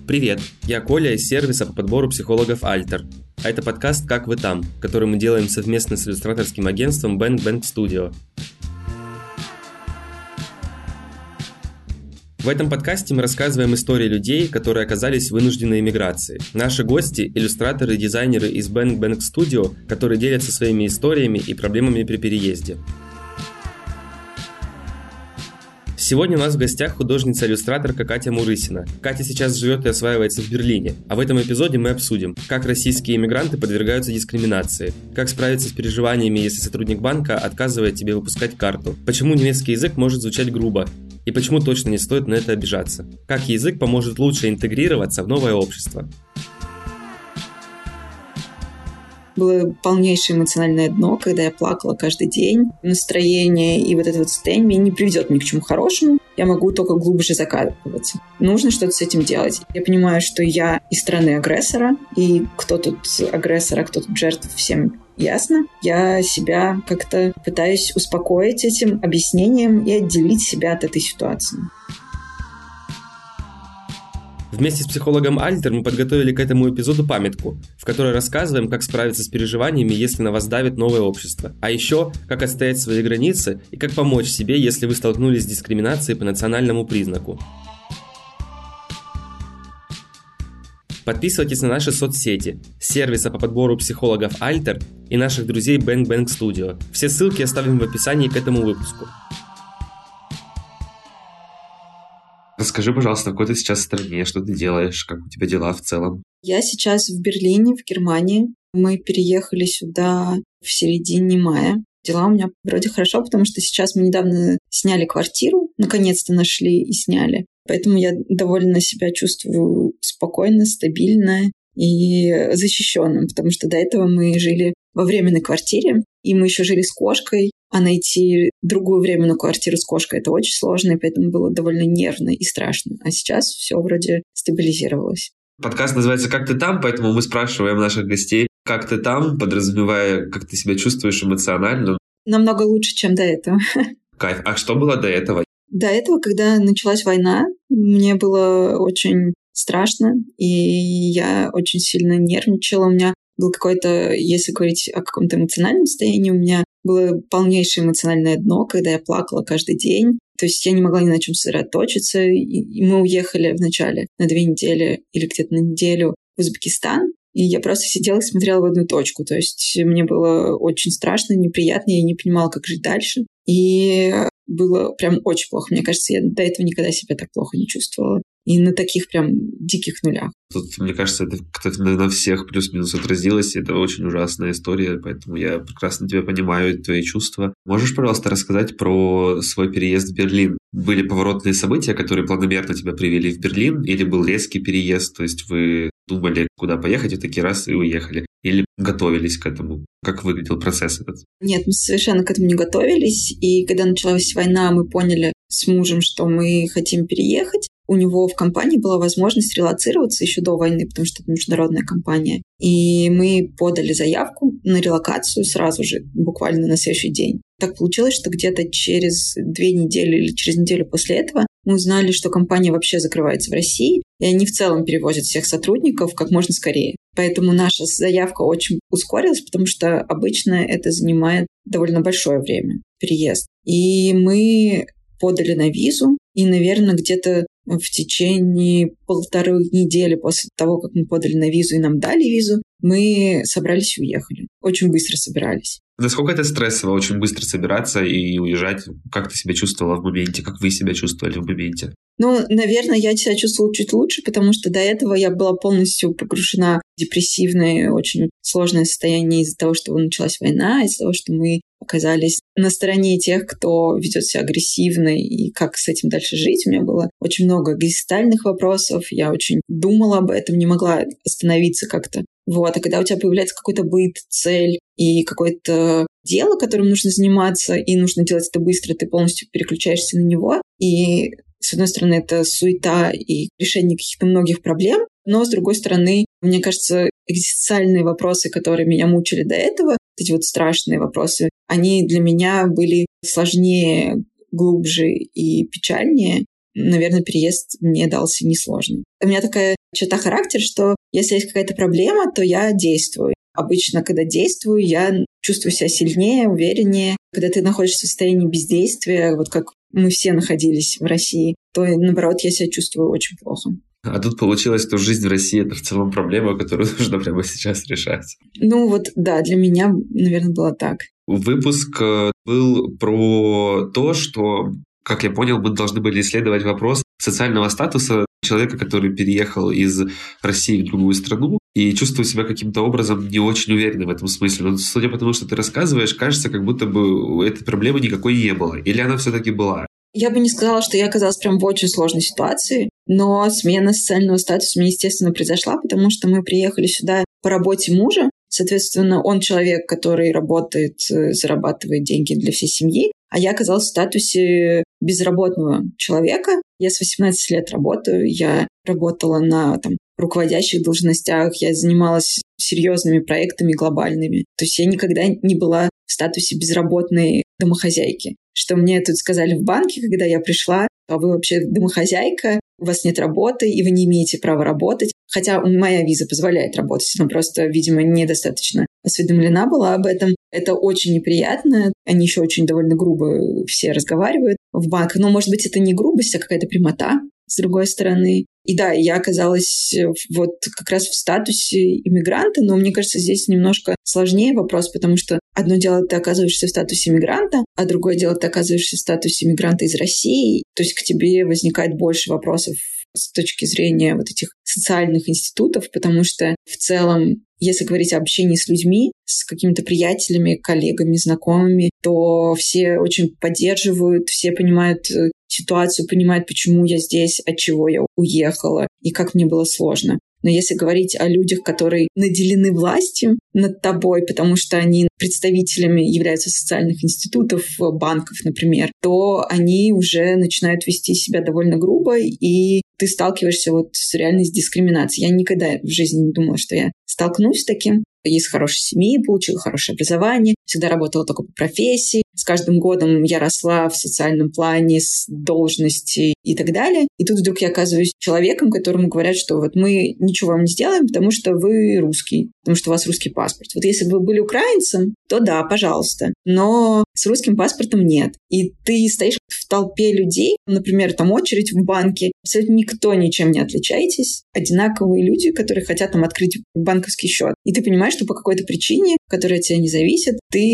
Привет, я Коля из сервиса по подбору психологов Alter. А это подкаст «Как вы там?», который мы делаем совместно с иллюстраторским агентством Bang Studio. В этом подкасте мы рассказываем истории людей, которые оказались в вынужденной эмиграции. Наши гости – иллюстраторы и дизайнеры из Bang Studio, которые делятся своими историями и проблемами при переезде. Сегодня у нас в гостях художница-иллюстраторка Катя Мурысина. Катя сейчас живет и осваивается в Берлине. А в этом эпизоде мы обсудим, как российские иммигранты подвергаются дискриминации, как справиться с переживаниями, если сотрудник банка отказывает тебе выпускать карту, почему немецкий язык может звучать грубо, и почему точно не стоит на это обижаться, как язык поможет лучше интегрироваться в новое общество. Было полнейшее эмоциональное дно, когда я плакала каждый день. Настроение и вот это вот состояние меня не приведет ни к чему хорошему. Я могу только глубже закапываться. Нужно что-то с этим делать. Я понимаю, что я из страны агрессора, и кто тут агрессор, а кто тут жертва, всем ясно. Я себя как-то пытаюсь успокоить этим объяснением и отделить себя от этой ситуации. Вместе с психологом Alter мы подготовили к этому эпизоду памятку, в которой рассказываем, как справиться с переживаниями, если на вас давит новое общество. А еще, как отстоять свои границы и как помочь себе, если вы столкнулись с дискриминацией по национальному признаку. Подписывайтесь на наши соцсети, сервиса по подбору психологов Alter и наших друзей Bang Studio. Все ссылки оставим в описании к этому выпуску. Расскажи, пожалуйста, в какой ты сейчас стране, что ты делаешь, как у тебя дела в целом? Я сейчас в Берлине, в Германии. Мы переехали сюда в середине мая. Дела у меня вроде хорошо, потому что сейчас мы недавно сняли квартиру, наконец-то нашли и сняли. Поэтому я довольно себя чувствую спокойно, стабильно и защищенным, потому что до этого мы жили во временной квартире, и мы еще жили с кошкой, а найти другую временную квартиру с кошкой — это очень сложно, и поэтому было довольно нервно и страшно. А сейчас все вроде стабилизировалось. Подкаст называется «Как ты там?», поэтому мы спрашиваем наших гостей, как ты там, подразумевая, как ты себя чувствуешь эмоционально. Намного лучше, чем до этого. Кайф. А что было до этого? До этого, когда началась война, мне было очень страшно, и я очень сильно нервничала. У меня был какой-то, если говорить о каком-то эмоциональном состоянии, у меня было полнейшее эмоциональное дно, когда я плакала каждый день. То есть я не могла ни на чем сосредоточиться. И мы уехали вначале на 2 недели или где-то на неделю в Узбекистан. И я просто сидела и смотрела в одну точку. То есть мне было очень страшно, неприятно. Я не понимала, как жить дальше. И было прям очень плохо. Мне кажется, я до этого никогда себя так плохо не чувствовала. И на таких прям диких нулях. Тут, мне кажется, это как-то на всех плюс-минус отразилось. Это очень ужасная история, поэтому я прекрасно тебя понимаю, твои чувства. Можешь, пожалуйста, рассказать про свой переезд в Берлин? Были поворотные события, которые планомерно тебя привели в Берлин, или был резкий переезд? То есть вы думали, куда поехать, и такие раз и уехали? Или готовились к этому? Как выглядел процесс этот? Нет, мы совершенно к этому не готовились. И когда началась война, мы поняли с мужем, что мы хотим переехать. У него в компании была возможность релоцироваться еще до войны, потому что это международная компания. И мы подали заявку на релокацию сразу же, буквально на следующий день. Так получилось, что где-то через 2 недели или через неделю после этого мы узнали, что компания вообще закрывается в России, и они в целом перевозят всех сотрудников как можно скорее. Поэтому наша заявка очень ускорилась, потому что обычно это занимает довольно большое время, переезд. И мы подали на визу, и, наверное, где-то в течение 1,5 недели после того, как мы подали на визу и нам дали визу, мы собрались и уехали. Очень быстро собирались. Насколько это стрессово, очень быстро собираться и уезжать? Как ты себя чувствовала в моменте? Как вы себя чувствовали в моменте? Ну, наверное, я себя чувствовала чуть лучше, потому что до этого я была полностью погружена в депрессивное, очень сложное состояние из-за того, что началась война, из-за того, что мы оказались на стороне тех, кто ведет себя агрессивно, и как с этим дальше жить. У меня было очень много экзистенциальных вопросов, я очень думала об этом, не могла остановиться как-то. Вот. А когда у тебя появляется какой-то быт, цель и какое-то дело, которым нужно заниматься, и нужно делать это быстро, ты полностью переключаешься на него. И, с одной стороны, это суета и решение каких-то многих проблем, но, с другой стороны, мне кажется, экзистенциальные вопросы, которые меня мучили до этого, эти вот страшные вопросы, они для меня были сложнее, глубже и печальнее. наверное, переезд мне дался несложно. У меня такая черта характера, что если есть какая-то проблема, то я действую. Обычно, когда действую, я чувствую себя сильнее, увереннее. Когда ты находишься в состоянии бездействия, вот как мы все находились в России, то, наоборот, я себя чувствую очень плохо. А тут получилось, что жизнь в России – это в целом проблема, которую нужно прямо сейчас решать. Ну вот, да, для меня, наверное, было так. Выпуск был про то, что, как я понял, мы должны были исследовать вопрос социального статуса человека, который переехал из России в другую страну и чувствует себя каким-то образом не очень уверенно в этом смысле. Но судя по тому, что ты рассказываешь, кажется, как будто бы этой проблемы никакой не было. Или она все-таки была? Я бы не сказала, что я оказалась прям в очень сложной ситуации, но смена социального статуса у меня, естественно, произошла, потому что мы приехали сюда по работе мужа. Соответственно, он человек, который работает, зарабатывает деньги для всей семьи, а я оказалась в статусе безработного человека. Я с 18 лет работаю, я работала на руководящих должностях, я занималась серьезными проектами глобальными. То есть я никогда не была в статусе безработной домохозяйки. Что мне тут сказали в банке, когда я пришла: а вы вообще домохозяйка, у вас нет работы, и вы не имеете права работать. Хотя моя виза позволяет работать, она просто, видимо, недостаточно осведомлена была об этом. Это очень неприятно. Они еще очень довольно грубо все разговаривают в банках. Но, может быть, это не грубость, а какая-то прямота, с другой стороны. И да, я оказалась вот как раз в статусе иммигранта, но мне кажется, здесь немножко сложнее вопрос, потому что одно дело, ты оказываешься в статусе иммигранта, а другое дело, ты оказываешься в статусе иммигранта из России. То есть к тебе возникает больше вопросов с точки зрения вот этих социальных институтов, потому что в целом, если говорить о общении с людьми, с какими-то приятелями, коллегами, знакомыми, то все очень поддерживают, все понимают ситуацию, понимают, почему я здесь, от чего я уехала и как мне было сложно. Но если говорить о людях, которые наделены властью над тобой, потому что они представителями являются социальных институтов, банков, например, то они уже начинают вести себя довольно грубо, и ты сталкиваешься вот реально с дискриминацией. Я никогда в жизни не думала, что я столкнусь с таким. Из хорошей семьи, получила хорошее образование, всегда работала только по профессии. С каждым годом я росла в социальном плане, с должности и так далее. И тут вдруг я оказываюсь человеком, которому говорят, что вот мы ничего вам не сделаем, потому что вы русский, потому что у вас русский паспорт. Вот если бы вы были украинцем, то да, пожалуйста. Но с русским паспортом нет. И ты стоишь в толпе людей, например, очередь в банке, абсолютно никто ничем не отличаетесь. Одинаковые люди, которые хотят открыть банковский счет. И ты понимаешь, что по какой-то причине, которая от тебя не зависит,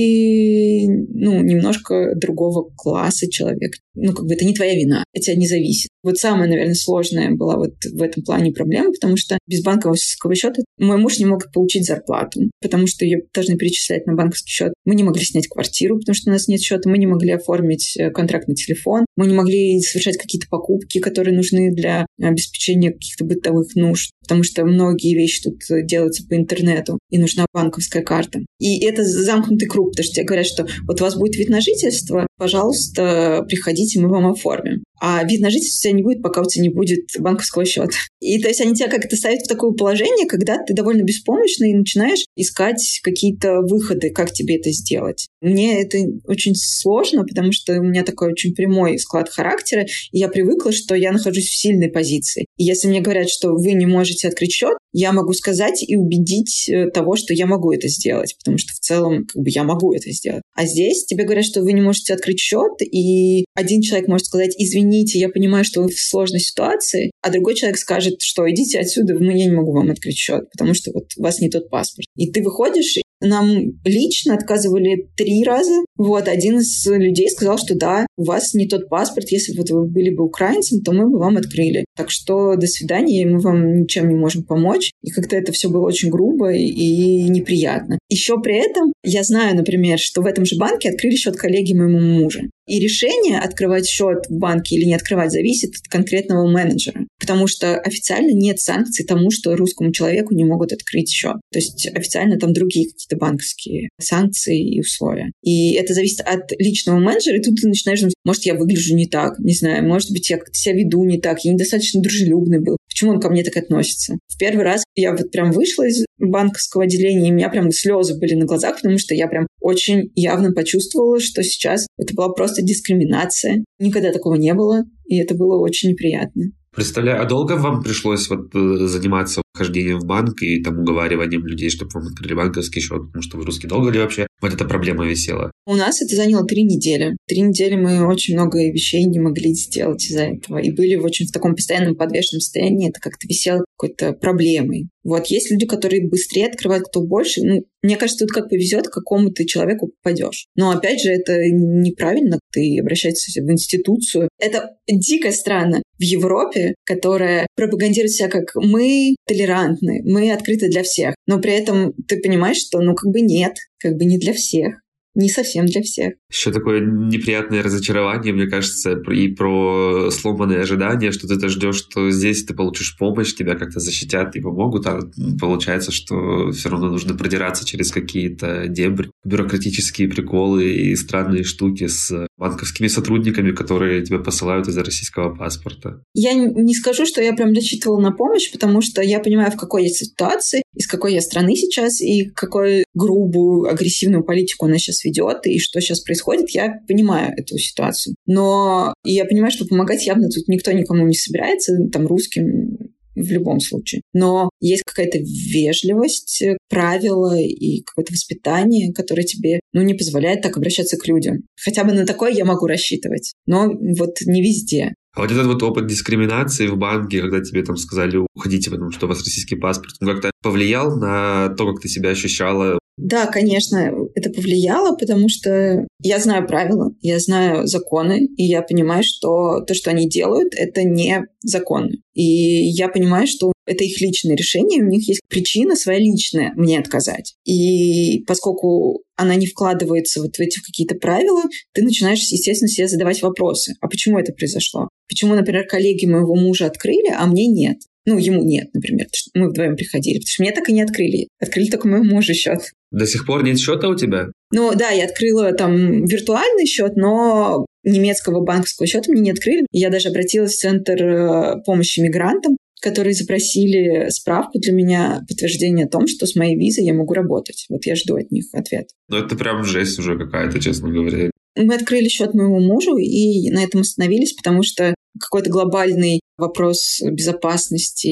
ты, немножко другого класса человек. Это не твоя вина, от тебя не зависит. Вот самая, наверное, сложная была вот в этом плане проблема, потому что без банковского счета мой муж не мог получить зарплату, потому что ее должны перечислять на банковский счет. Мы не могли снять квартиру, потому что у нас нет счета. Мы не могли оформить контракт на телефон. Мы не могли совершать какие-то покупки, которые нужны для обеспечения каких-то бытовых нужд, потому что многие вещи тут делаются по интернету, и нужна банковская карта. И это замкнутый круг, потому что тебе говорят, что вот у вас будет вид на жительство, пожалуйста, приходите, мы вам оформим. А вид на жительство у тебя не будет, пока у тебя не будет банковского счета. И то есть они тебя как-то ставят в такое положение, когда ты довольно беспомощный и начинаешь искать какие-то выходы, как тебе это сделать. Мне это очень сложно, потому что у меня такой очень прямой склад характера, и я привыкла, что я нахожусь в сильной позиции. И если мне говорят, что вы не можете открыть счет, я могу сказать и убедить того, что я могу это сделать, потому что в целом я могу это сделать. А здесь тебе говорят, что вы не можете открыть счет, и один человек может сказать: извините, я понимаю, что вы в сложной ситуации, а другой человек скажет, что идите отсюда, я не могу вам открыть счет, потому что вот у вас не тот паспорт. И ты выходишь, нам лично отказывали 3 раза. Один из людей сказал, что да, у вас не тот паспорт, если бы вы были бы украинцем, то мы бы вам открыли. Так что до свидания, мы вам ничем не можем помочь. И как-то это все было очень грубо и неприятно. Еще при этом я знаю, например, что в этом же банке открыли счет коллеги моему мужа. И решение, открывать счет в банке или не открывать, зависит от конкретного менеджера. Потому что официально нет санкций тому, что русскому человеку не могут открыть счет. То есть официально там другие какие-то банковские санкции и условия. И это зависит от личного менеджера. И тут ты начинаешь думать: может, я выгляжу не так, не знаю, может быть, я как-то себя веду не так, я недостаточно дружелюбный был. почему он ко мне так относится. В первый раз я вот прям вышла из банковского отделения, и у меня прям слезы были на глазах, потому что я прям очень явно почувствовала, что сейчас это была просто дискриминация. Никогда такого не было, и это было очень неприятно. Представляю, а долго вам пришлось заниматься хождением в банк и там уговариванием людей, чтобы вам открыли банковский счет, потому что вы русский? Долго ли вообще вот эта проблема висела? У нас это заняло 3 недели. 3 недели мы очень много вещей не могли сделать из-за этого. И были в таком постоянном подвешенном состоянии. Это как-то висело какой-то проблемой. Вот есть люди, которые быстрее открывают, кто больше. Мне кажется, тут как повезет, к какому ты человеку попадешь. Но опять же, это неправильно. Ты обращаешься в институцию. Это дико странно. В Европе, которая пропагандирует себя как мы толерантны, мы открыты для всех. Но при этом ты понимаешь, что нет, не для всех. Не совсем для всех. Еще такое неприятное разочарование, мне кажется, и про сломанные ожидания, что ты ждешь, что здесь ты получишь помощь, тебя как-то защитят и помогут, а получается, что все равно нужно продираться через какие-то дебри, бюрократические приколы и странные штуки с банковскими сотрудниками, которые тебя посылают из-за российского паспорта. Я не скажу, что я прям рассчитывала на помощь, потому что я понимаю, в какой я ситуации, из какой я страны сейчас, и какую грубую, агрессивную политику она сейчас ведет, и что сейчас происходит, я понимаю эту ситуацию. Но я понимаю, что помогать явно тут никто никому не собирается, там, русским в любом случае. Но есть какая-то вежливость, правила и какое-то воспитание, которое тебе, не позволяет так обращаться к людям. Хотя бы на такое я могу рассчитывать. Но вот не везде. А вот этот опыт дискриминации в банке, когда тебе там сказали уходите, потому что у вас российский паспорт, он как-то повлиял на то, как ты себя ощущала? Да, конечно, это повлияло, потому что я знаю правила, я знаю законы, и я понимаю, что то, что они делают, это не законно. И я понимаю, что это их личное решение, у них есть причина своя личная мне отказать. И поскольку она не вкладывается в эти какие-то правила, ты начинаешь, естественно, себе задавать вопросы. А почему это произошло? Почему, например, коллеги моего мужа открыли, а мне нет? Ему нет, например, потому что мы вдвоем приходили, потому что мне так и не открыли. Открыли только моему мужу счет. До сих пор нет счета у тебя? Да, я открыла там виртуальный счет, но немецкого банковского счета мне не открыли. Я даже обратилась в Центр помощи мигрантам, которые запросили справку для меня, подтверждение о том, что с моей визой я могу работать. Вот я жду от них ответ. Это прям жесть уже какая-то, честно говоря. Мы открыли счет моему мужу и на этом остановились, потому что какой-то глобальный вопрос безопасности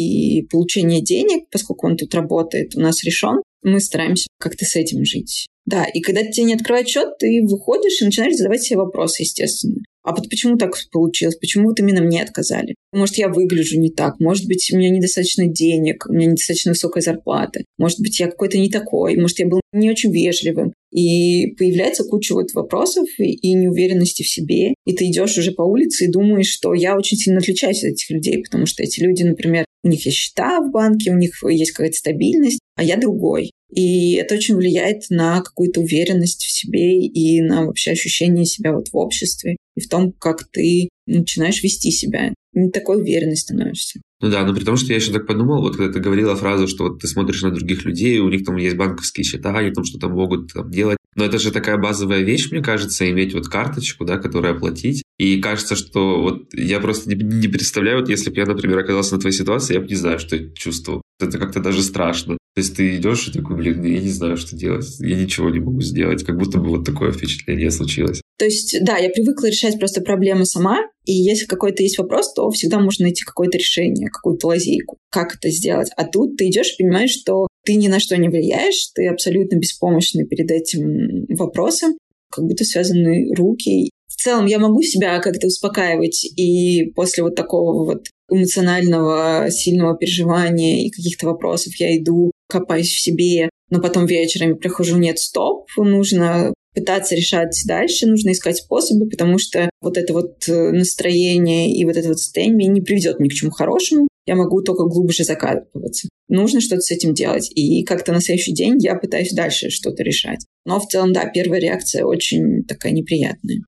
и получения денег, поскольку он тут работает, у нас решен. Мы стараемся как-то с этим жить. Да, и когда тебе не открывают счет, ты выходишь и начинаешь задавать себе вопросы, естественно. А вот почему так получилось? Почему вот именно мне отказали? Может, я выгляжу не так? Может быть, у меня недостаточно денег? У меня недостаточно высокая зарплата? Может быть, я какой-то не такой? Может, я был не очень вежливым? И появляется куча вопросов и неуверенности в себе. И ты идешь уже по улице и думаешь, что я очень сильно отличаюсь от этих людей, потому что эти люди, например, у них есть счета в банке, у них есть какая-то стабильность, а я другой. И это очень влияет на какую-то уверенность в себе и на вообще ощущение себя в обществе и в том, как ты начинаешь вести себя. Не такой уверенной становишься. При том, что я еще так подумал, когда ты говорила фразу, что ты смотришь на других людей, у них там есть банковские счета, они там что-то могут делать. Но это же такая базовая вещь, мне кажется, иметь карточку, которую оплатить. И кажется, что я просто не представляю, если бы я, например, оказался на твоей ситуации, я бы не знаю, что я чувствовал. Это как-то даже страшно. То есть ты идешь и такой, я не знаю, что делать. Я ничего не могу сделать. Как будто бы такое впечатление случилось. То есть, да, я привыкла решать просто проблемы сама, и если какой-то есть вопрос, то всегда можно найти какое-то решение, какую-то лазейку, как это сделать. А тут ты идешь и понимаешь, что ты ни на что не влияешь, ты абсолютно беспомощный перед этим вопросом, как будто связаны руки. В целом я могу себя как-то успокаивать, и после такого эмоционального, сильного переживания и каких-то вопросов я иду, копаюсь в себе, но потом вечером прихожу, нет, стоп, нужно пытаться решать дальше, нужно искать способы, потому что это настроение и это состояние не приведет ни к чему хорошему. Я могу только глубже закапываться. Нужно что-то с этим делать. И как-то на следующий день я пытаюсь дальше что-то решать. Но в целом, да, первая реакция очень такая неприятная.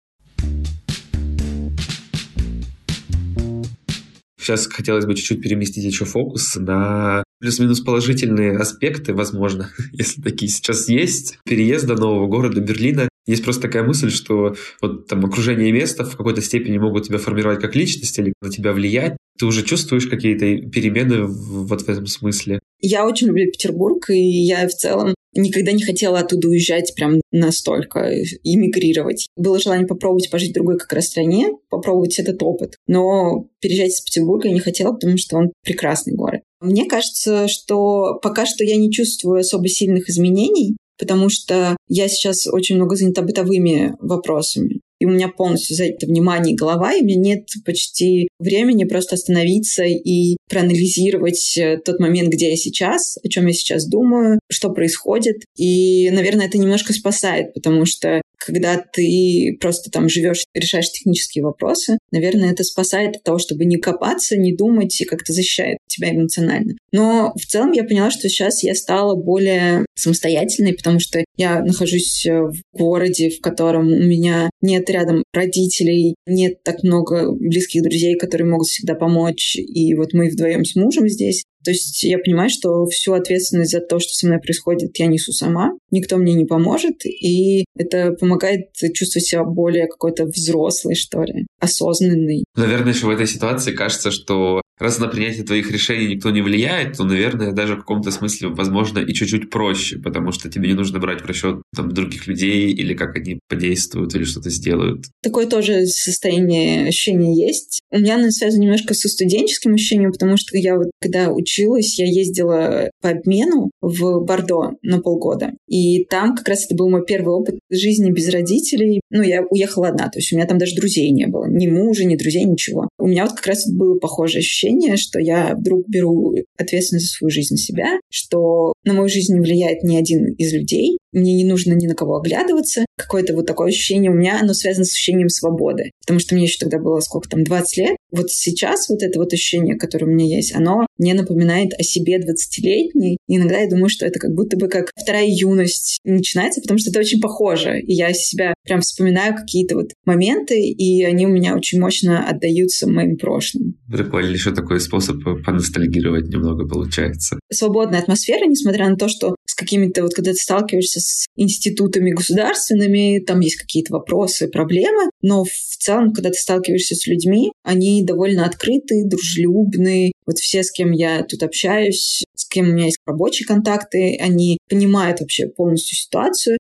Сейчас хотелось бы чуть-чуть переместить еще фокус на плюс-минус положительные аспекты, возможно, если такие сейчас есть, переезда нового города Берлина. Есть просто такая мысль, что вот там окружение места в какой-то степени могут тебя формировать как личность или на тебя влиять. Ты уже чувствуешь какие-то перемены вот в этом смысле? Я очень люблю Петербург, и я в целом никогда не хотела оттуда уезжать прям настолько, эмигрировать. Было желание попробовать пожить в другой как раз стране, попробовать этот опыт. Но переезжать из Петербурга я не хотела, потому что он прекрасный город. Мне кажется, что пока что я не чувствую особо сильных изменений, потому что я сейчас очень много занята бытовыми вопросами. И у меня полностью за это внимание и голова, и у меня нет почти времени просто остановиться и проанализировать тот момент, где я сейчас, о чем я сейчас думаю, что происходит. И, наверное, это немножко спасает, потому что когда ты просто там живешь, решаешь технические вопросы, наверное, это спасает от того, чтобы не копаться, не думать и как-то защищает тебя эмоционально. Но в целом я поняла, что сейчас я стала более самостоятельной, потому что я нахожусь в городе, в котором у меня нет рядом родителей, нет так много близких друзей, которые могут всегда помочь. И вот мы вдвоем с мужем здесь. То есть я понимаю, что всю ответственность за то, что со мной происходит, я несу сама. Никто мне не поможет. И это помогает чувствовать себя более какой-то взрослой, что ли, осознанной. Наверное, еще в этой ситуации кажется, что раз на принятие твоих решений никто не влияет, то, наверное, даже в каком-то смысле, возможно, и чуть-чуть проще, потому что тебе не нужно брать в расчет там, других людей или как они подействуют или что-то сделают. Такое тоже состояние, ощущение есть. У меня оно связано немножко со студенческим ощущением, потому что я вот когда училась, я ездила по обмену в Бордо на полгода. И там как раз это был мой первый опыт жизни без родителей. Ну, я уехала одна, то есть у меня там даже друзей не было. Ни мужа, ни друзей, ничего. У меня вот как раз было похожее ощущение, что я вдруг беру ответственность за свою жизнь на себя, что на мою жизнь не влияет ни один из людей, мне не нужно ни на кого оглядываться. Какое-то вот такое ощущение у меня, оно связано с ощущением свободы. Потому что мне еще тогда было, 20 лет. Вот сейчас вот это вот ощущение, которое у меня есть, оно мне напоминает о себе 20-летней. И иногда я думаю, что это как будто бы как вторая юность начинается, потому что это очень похоже. И я себя прям вспоминаю какие-то вот моменты, и они у меня очень мощно отдаются моим прошлым. Прикольно, еще такой способ поностальгировать немного получается. Свободная атмосфера, несмотря на то, что с какими-то, вот когда ты сталкиваешься с институтами государственными, там есть какие-то вопросы, проблемы, но в целом, когда ты сталкиваешься с людьми, они довольно открытые, дружелюбные. Вот все, с кем я тут общаюсь, с кем у меня есть рабочие контакты, они понимают вообще полностью ситуацию,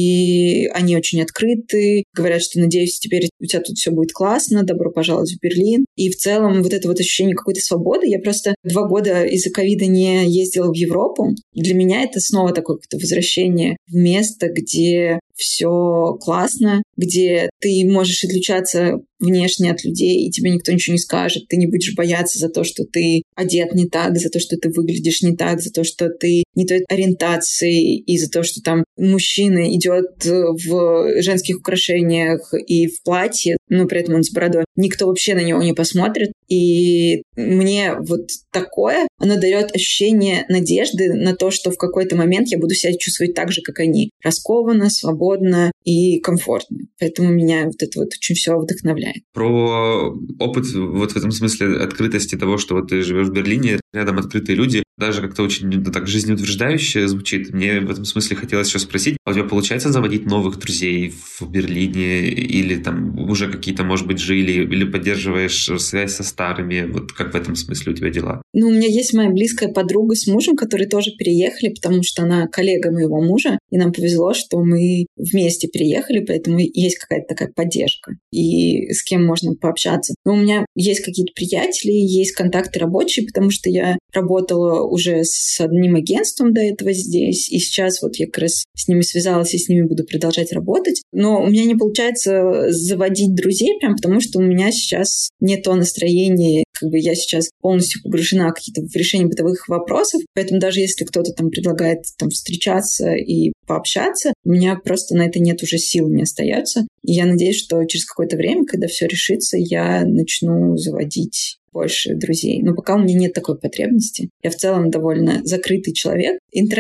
и они очень открыты, говорят, что, надеюсь, теперь у тебя тут все будет классно, добро пожаловать в Берлин. И в целом вот это вот ощущение какой-то свободы. Я просто 2 года из-за ковида не ездила в Европу. Для меня это снова такое какое-то возвращение в место, где все классно, где ты можешь отличаться внешне от людей, и тебе никто ничего не скажет. Ты не будешь бояться за то, что ты одет не так, за то, что ты выглядишь не так, за то, что ты не той ориентации, и за то, что там мужчина идет в женских украшениях и в платье, но при этом он с бородой. Никто вообще на него не посмотрит. И мне вот такое, оно дает ощущение надежды на то, что в какой-то момент я буду себя чувствовать так же, как они. Раскованно, свободно и комфортно. Поэтому меня вот это вот очень все вдохновляет. Про опыт вот в этом смысле открытости того, что вот ты живешь в Берлине, рядом открытые люди, даже как-то очень так жизнеутверждающе звучит. Мне в этом смысле хотелось еще спросить, а у тебя получается заводить новых друзей в Берлине или там уже какие-то, может быть, жили, или поддерживаешь связь со старыми? Вот как в этом смысле у тебя дела? Ну, у меня есть моя близкая подруга с мужем, которые тоже переехали, потому что она коллега моего мужа, и нам повезло, что мы вместе переехали, поэтому есть какая-то такая поддержка, и с кем можно пообщаться. Но у меня есть какие-то приятели, есть контакты рабочие, потому что я работала уже с одним агентством до этого здесь, и сейчас вот я как раз с ними связалась и с ними буду продолжать работать. Но у меня не получается заводить друзей, прям потому что у меня сейчас нет того настроения, как бы я сейчас полностью погружена в решение бытовых вопросов, поэтому даже если кто-то там предлагает там встречаться и пообщаться, у меня просто на это нет уже сил, не остается. И я надеюсь, что через какое-то время, когда все решится, я начну заводить больше друзей. Но пока у меня нет такой потребности. Я в целом довольно закрытый человек, интроверт.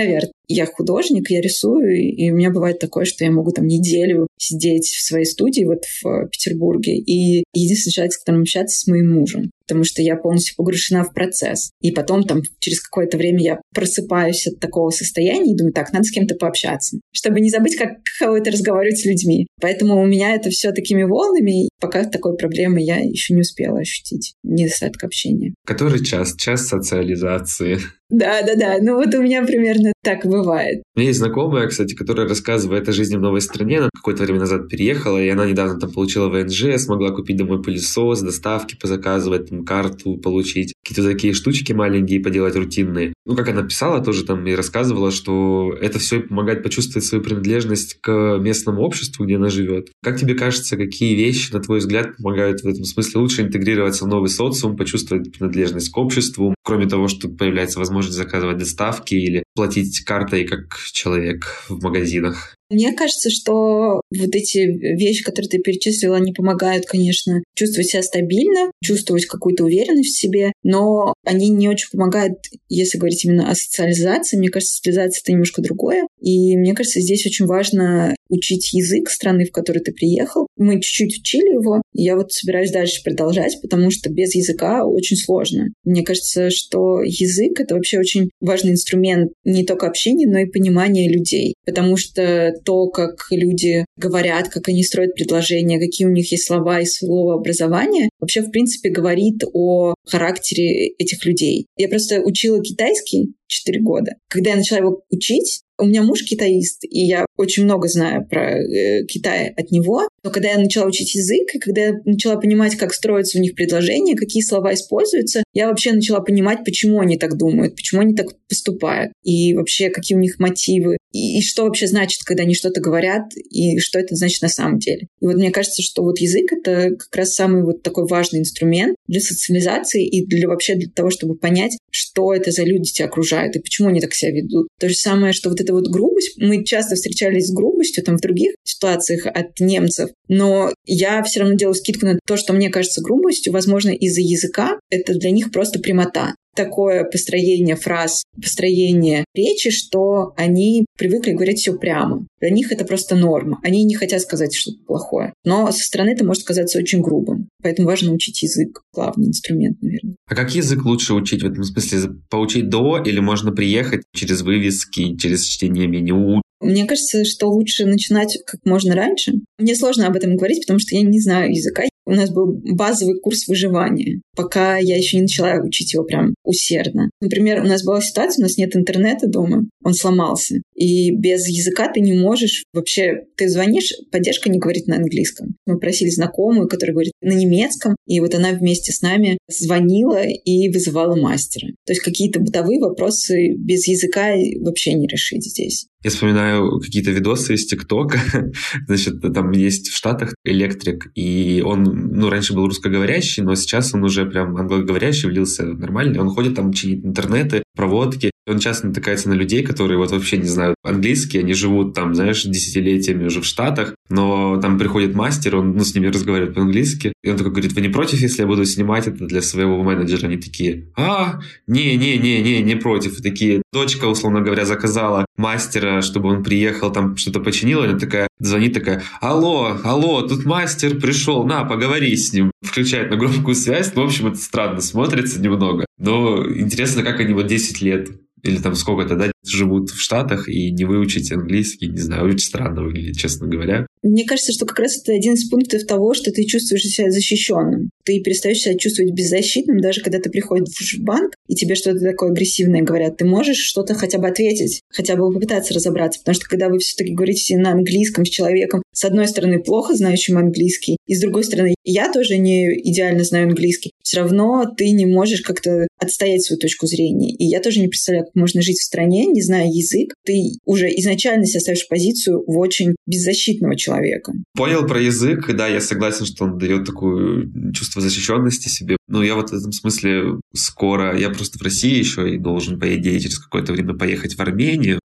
Я художник, я рисую, и у меня бывает такое, что я могу там неделю сидеть в своей студии вот в Петербурге, и единственный человек, с которым общаться, с моим мужем, потому что я полностью погружена в процесс. И потом там через какое-то время я просыпаюсь от такого состояния и думаю, так, надо с кем-то пообщаться, чтобы не забыть, как это разговаривать с людьми. Поэтому у меня это все такими волнами, и пока такой проблемы я еще не успела ощутить. Недостаток общения. Который час? Час социализации. Да. Ну вот у меня примерно так бывает. У меня есть знакомая, кстати, которая рассказывает о жизни в новой стране. Она какое-то время назад переехала, и она недавно там получила ВНЖ, смогла купить домой пылесос, доставки позаказывать, там, карту получить, какие-то такие штучки маленькие поделать рутинные. Ну, как она писала тоже там и рассказывала, что это все помогает почувствовать свою принадлежность к местному обществу, где она живет. Как тебе кажется, какие вещи, на твой взгляд, помогают в этом смысле лучше интегрироваться в новый социум, почувствовать принадлежность к обществу, кроме того, что появляется возможность заказывать доставки или платить картой как человек в магазинах? Мне кажется, что вот эти вещи, которые ты перечислила, они помогают, конечно, чувствовать себя стабильно, чувствовать какую-то уверенность в себе, но они не очень помогают, если говорить именно о социализации. Мне кажется, социализация — это немножко другое. И мне кажется, здесь очень важно учить язык страны, в которую ты приехал. Мы чуть-чуть учили его, и я вот собираюсь дальше продолжать, потому что без языка очень сложно. Мне кажется, что язык — это вообще очень важный инструмент не только общения, но и понимания людей. Потому что то, как люди говорят, как они строят предложения, какие у них есть слова и словообразование, вообще, в принципе, говорит о характере этих людей. Я просто учила китайский 4 года. Когда я начала его учить, у меня муж китаист, и я очень много знаю про Китай от него. Но когда я начала учить язык, и когда я начала понимать, как строятся у них предложения, какие слова используются, я вообще начала понимать, почему они так думают, почему они так поступают, и вообще какие у них мотивы, и что вообще значит, когда они что-то говорят, и что это значит на самом деле. И вот мне кажется, что вот язык — это как раз самый вот такой важный инструмент для социализации и вообще для того, чтобы понять, что это за люди тебя окружают и почему они так себя ведут. То же самое, что вот эта вот грубость, мы часто встречались с грубостью там в других ситуациях от немцев, но я все равно делаю скидку на то, что мне кажется грубостью, возможно, из-за языка. Это для них просто прямота. Такое построение фраз, построение речи, что они привыкли говорить все прямо. Для них это просто норма. Они не хотят сказать что-то плохое. Но со стороны это может казаться очень грубым. Поэтому важно учить язык. Главный инструмент, наверное. А как язык лучше учить? В этом смысле поучить до или можно приехать через вывески, через чтение меню? Мне кажется, что лучше начинать как можно раньше. Мне сложно об этом говорить, потому что я не знаю языка. У нас был базовый курс выживания, пока я еще не начала учить его прям усердно. Например, у нас была ситуация, у нас нет интернета дома, он сломался. И без языка ты не можешь вообще... Ты звонишь, поддержка не говорит на английском. Мы просили знакомую, которая говорит на немецком, и вот она вместе с нами звонила и вызывала мастера. То есть какие-то бытовые вопросы без языка вообще не решить здесь. Я вспоминаю какие-то видосы из ТикТока. Значит, там есть в Штатах электрик, и он, раньше был русскоговорящий, но сейчас он уже прям англоговорящий, влился нормально. Он ходит там, чинит интернеты, проводки. Он часто натыкается на людей, которые вот вообще не знают английский, они живут там, знаешь, десятилетиями уже в Штатах, но там приходит мастер, он с ними разговаривает по-английски, и он такой говорит: вы не против, если я буду снимать это для своего менеджера? Они такие: не против. И такие, дочка, условно говоря, заказала мастера, чтобы он приехал, там что-то починил, она такая звонит, такая: алло, тут мастер пришел, на, поговори с ним. Включает на громкую связь. В общем, это странно смотрится немного. Но интересно, как они вот 10 лет или там сколько-то, да, живут в Штатах и не выучить английский, не знаю, очень странно выглядит, честно говоря. Мне кажется, что как раз это один из пунктов того, что ты чувствуешь себя защищенным. Ты перестаешь себя чувствовать беззащитным, даже когда ты приходишь в банк, и тебе что-то такое агрессивное говорят. Ты можешь что-то хотя бы ответить, хотя бы попытаться разобраться. Потому что когда вы все-таки говорите на английском с человеком, с одной стороны, плохо знающим английский, и с другой стороны, я тоже не идеально знаю английский, все равно ты не можешь как-то отстоять свою точку зрения. И я тоже не представляю, как можно жить в стране, не зная язык. Ты уже изначально себя ставишь в позицию в очень беззащитного человека. Понял про язык, да, я согласен, что он дает такое чувство защищенности себе. Но я вот в этом смысле скоро, я просто в России еще и должен, по идее, через какое-то время поехать в Армению.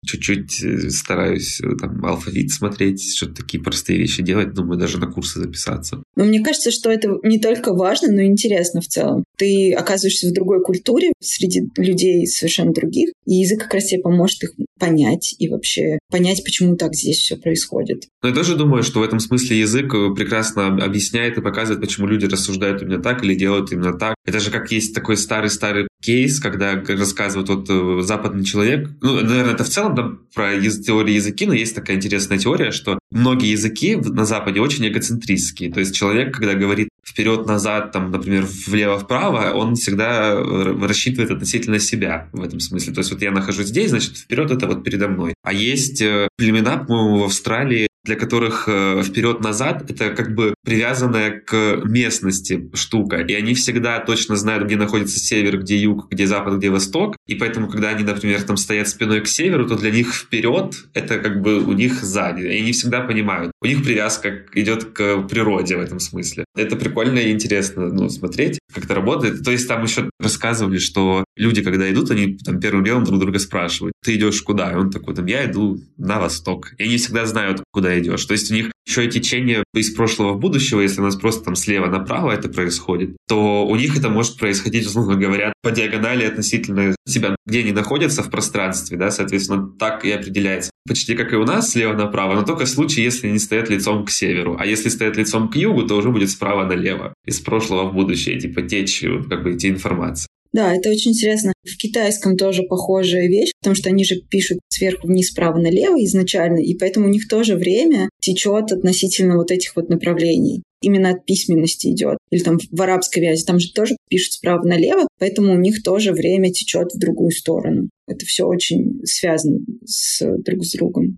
чуть-чуть стараюсь там алфавит смотреть, что-то такие простые вещи делать, думаю, даже на курсы записаться. Но мне кажется, что это не только важно, но и интересно в целом. Ты оказываешься в другой культуре, среди людей совершенно других, и язык как раз тебе поможет их понять и вообще понять, почему так здесь все происходит. Но я тоже думаю, что в этом смысле язык прекрасно объясняет и показывает, почему люди рассуждают именно так или делают именно так. Это же как есть такой старый-старый кейс, когда рассказывают вот западный человек. Ну, наверное, это в целом да, про теорию языки, но есть такая интересная теория, что многие языки на Западе очень эгоцентрические. То есть человек, когда говорит вперед-назад, там, например, влево-вправо, он всегда рассчитывает относительно себя в этом смысле. То есть вот я нахожусь здесь, значит, вперед это вот передо мной. А есть племена, по-моему, в Австралии, для которых вперед-назад это как бы привязанная к местности штука. И они всегда точно знают, где находится север, где юг, где запад, где восток. И поэтому, когда они, например, там стоят спиной к северу, то для них вперед это как бы у них сзади. И они всегда понимают. У них привязка идет к природе в этом смысле. Это прикольно и интересно смотреть, как это работает. То есть там еще рассказывали, что люди, когда идут, они там первым делом друг друга спрашивают: ты идешь куда? И он такой: там, я иду на восток. И они всегда знают, куда идешь. То есть у них еще и течение из прошлого в будущего, если у нас просто там слева направо это происходит, то у них это может происходить, условно говоря, по диагонали относительно себя, где они находятся в пространстве, да, соответственно, так и определяется. Почти как и у нас, слева направо, но только в случае, если они стоят лицом к северу. А если стоят лицом к югу, то уже будет справа налево, из прошлого в будущее, типа течь, как бы идти информация. Да, это очень интересно. В китайском тоже похожая вещь, потому что они же пишут сверху вниз, справа налево изначально, и поэтому у них тоже время течет относительно вот этих вот направлений. Именно от письменности идет. Или там в арабской вязи, там же тоже пишут справа налево, поэтому у них тоже время течет в другую сторону. Это все очень связано друг с другом.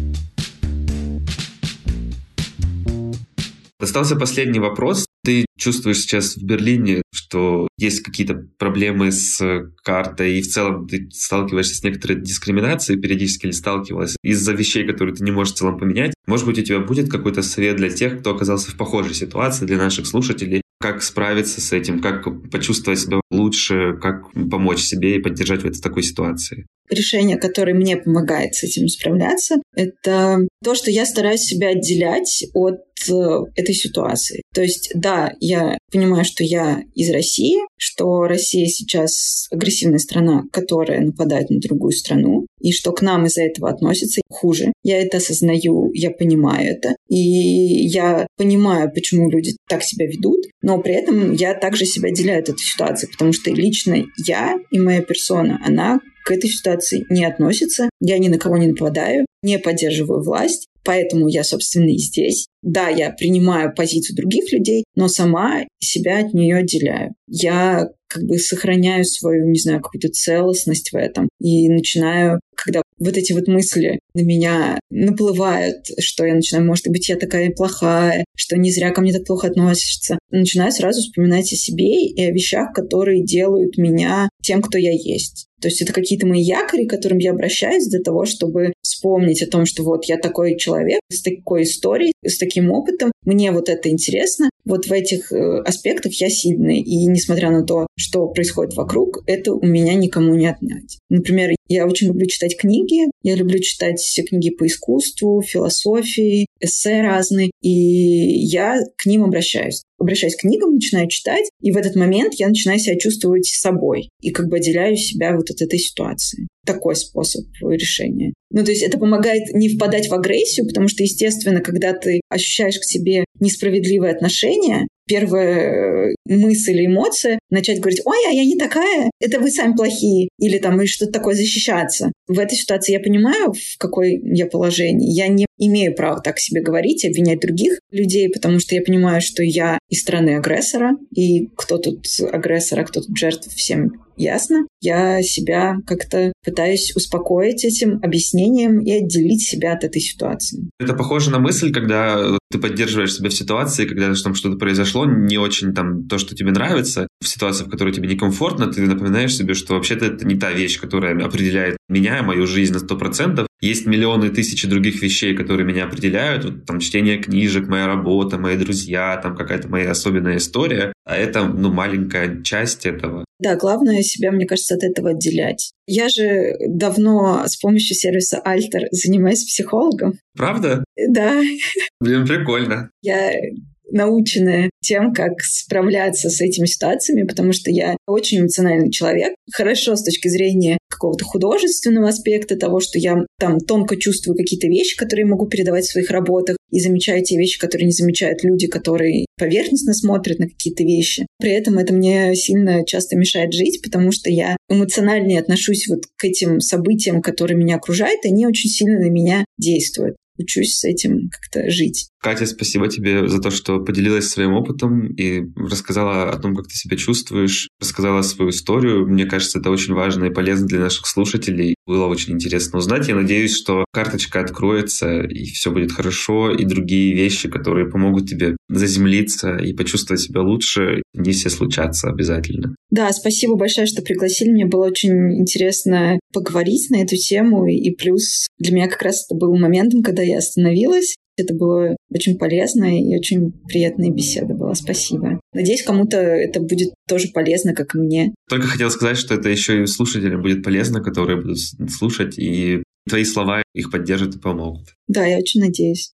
Остался последний вопрос. Ты чувствуешь сейчас в Берлине, что есть какие-то проблемы с картой, и в целом ты сталкиваешься с некоторой дискриминацией периодически или сталкивалась из-за вещей, которые ты не можешь в целом поменять. Может быть, у тебя будет какой-то совет для тех, кто оказался в похожей ситуации, для наших слушателей, как справиться с этим, как почувствовать себя лучше, как помочь себе и поддержать в такой ситуации? Решение, которое мне помогает с этим справляться, это то, что я стараюсь себя отделять от этой ситуации. То есть, да, я понимаю, что я из России, что Россия сейчас агрессивная страна, которая нападает на другую страну, и что к нам из-за этого относятся хуже. Я это осознаю, я понимаю это, и я понимаю, почему люди так себя ведут, но при этом я также себя отделяю от этой ситуации, потому что лично я и моя персона, она к этой ситуации не относится, я ни на кого не нападаю, не поддерживаю власть, поэтому я, собственно, и здесь. Да, я принимаю позицию других людей, но сама себя от нее отделяю. Я как бы сохраняю свою, не знаю, какую-то целостность в этом и начинаю, когда вот эти вот мысли на меня наплывают, что я начинаю, может быть, я такая плохая, что не зря ко мне так плохо относятся, начинаю сразу вспоминать о себе и о вещах, которые делают меня тем, кто я есть. То есть это какие-то мои якори, к которым я обращаюсь для того, чтобы вспомнить о том, что вот я такой человек с такой историей, с таким опытом, мне вот это интересно, вот в этих аспектах я сильная, и несмотря на то, что происходит вокруг, это у меня никому не отнять. Например, я очень люблю читать книги, я люблю читать все книги по искусству, философии, эссе разные, и я к ним обращаюсь к книгам, начинаю читать, и в этот момент я начинаю себя чувствовать собой и как бы отделяю себя вот от этой ситуации. Такой способ решения. Ну, то есть это помогает не впадать в агрессию, потому что, естественно, когда ты ощущаешь к себе несправедливое отношение, первая мысль или эмоция — начать говорить: «Ой, а я не такая, это вы сами плохие», или там что-то такое, защищаться. В этой ситуации я понимаю, в какой я положении. Я не имею права так себе говорить, обвинять других людей, потому что я понимаю, что я из страны агрессора, и кто тут агрессор, а кто тут жертва, всем ясно. Я себя как-то пытаюсь успокоить этим объяснением и отделить себя от этой ситуации. Это похоже на мысль, когда ты поддерживаешь себя в ситуации, когда там что-то произошло, не очень там то, что тебе нравится, в ситуации, в которой тебе некомфортно, ты напоминаешь себе, что вообще-то это не та вещь, которая определяет меня, мою жизнь на 100%. Есть миллионы, тысячи других вещей, которые меня определяют. Вот, там чтение книжек, моя работа, мои друзья, там какая-то моя особенная история. а это, маленькая часть этого. Да, главное себя, мне кажется, от этого отделять. Я же давно с помощью сервиса Alter занимаюсь психологом. Правда? Да. Блин, прикольно. Я наученная тем, как справляться с этими ситуациями, потому что я очень эмоциональный человек. Хорошо с точки зрения какого-то художественного аспекта, того, что я там тонко чувствую какие-то вещи, которые могу передавать в своих работах, и замечаю те вещи, которые не замечают люди, которые поверхностно смотрят на какие-то вещи. При этом это мне сильно часто мешает жить, потому что я эмоциональнее отношусь вот к этим событиям, которые меня окружают, и они очень сильно на меня действуют. Учусь с этим как-то жить. Катя, спасибо тебе за то, что поделилась своим опытом и рассказала о том, как ты себя чувствуешь, рассказала свою историю. Мне кажется, это очень важно и полезно для наших слушателей. Было очень интересно узнать. Я надеюсь, что карточка откроется, и все будет хорошо, и другие вещи, которые помогут тебе заземлиться и почувствовать себя лучше, не все случатся обязательно. Да, спасибо большое, что пригласили. Мне было очень интересно поговорить на эту тему. И плюс для меня как раз это был моментом, когда я остановилась. Это было очень полезно и очень приятная беседа была. Спасибо. Надеюсь, кому-то это будет тоже полезно, как и мне. Только хотел сказать, что это еще и слушателям будет полезно, которые будут слушать, и твои слова их поддержат и помогут. Да, я очень надеюсь.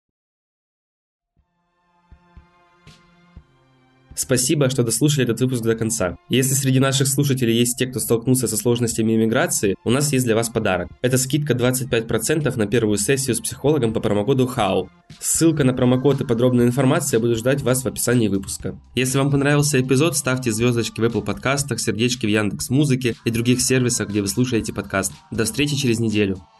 Спасибо, что дослушали этот выпуск до конца. Если среди наших слушателей есть те, кто столкнулся со сложностями иммиграции, у нас есть для вас подарок. Это скидка 25% на первую сессию с психологом по промокоду HOW. Ссылка на промокод и подробная информация будут ждать вас в описании выпуска. Если вам понравился эпизод, ставьте звездочки в Apple подкастах, сердечки в Яндекс.Музыке и других сервисах, где вы слушаете подкаст. До встречи через неделю.